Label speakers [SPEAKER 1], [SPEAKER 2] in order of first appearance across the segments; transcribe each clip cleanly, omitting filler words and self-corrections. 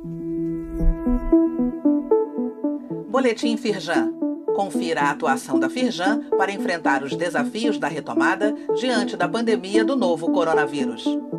[SPEAKER 1] Boletim Firjan. Confira a atuação da Firjan para enfrentar os desafios da retomada diante da pandemia do novo coronavírus.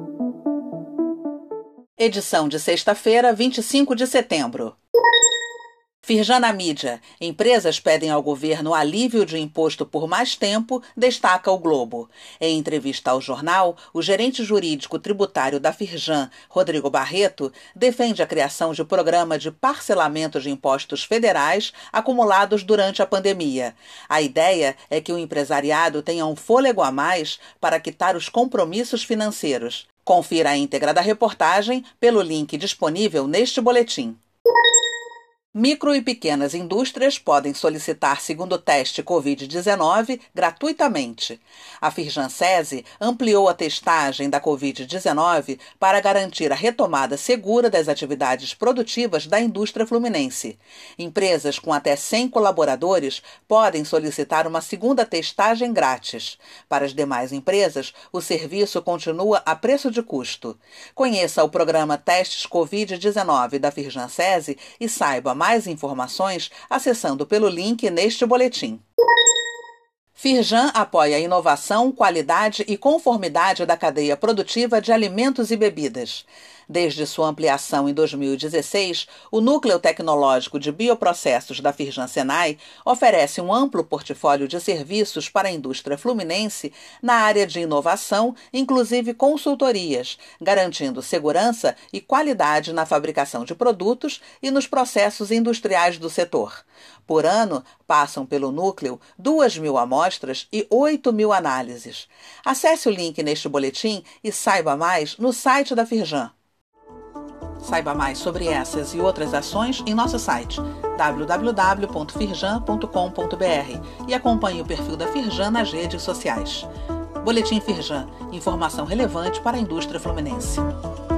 [SPEAKER 1] Edição de sexta-feira, 25 de setembro. Firjan na mídia. Empresas pedem ao governo alívio de imposto por mais tempo, destaca o Globo. Em entrevista ao jornal, o gerente jurídico tributário da Firjan, Rodrigo Barreto, defende a criação de programa de parcelamento de impostos federais acumulados durante a pandemia. A ideia é que o empresariado tenha um fôlego a mais para quitar os compromissos financeiros. Confira a íntegra da reportagem pelo link disponível neste boletim. Micro e pequenas indústrias podem solicitar segundo teste Covid-19 gratuitamente. A Firjan SESI ampliou a testagem da Covid-19 para garantir a retomada segura das atividades produtivas da indústria fluminense. Empresas com até 100 colaboradores podem solicitar uma segunda testagem grátis. Para as demais empresas, o serviço continua a preço de custo. Conheça o programa Testes Covid-19 da Firjan SESI e saiba mais informações acessando pelo link neste boletim. Firjan apoia a inovação, qualidade e conformidade da cadeia produtiva de alimentos e bebidas. Desde sua ampliação em 2016, o Núcleo Tecnológico de Bioprocessos da Firjan Senai oferece um amplo portfólio de serviços para a indústria fluminense na área de inovação, inclusive consultorias, garantindo segurança e qualidade na fabricação de produtos e nos processos industriais do setor. Por ano, passam pelo núcleo 2.000 amostras e 8.000 análises. Acesse o link neste boletim e saiba mais no site da Firjan. Saiba mais sobre essas e outras ações em nosso site www.firjan.com.br e acompanhe o perfil da Firjan nas redes sociais. Boletim Firjan, informação relevante para a indústria fluminense.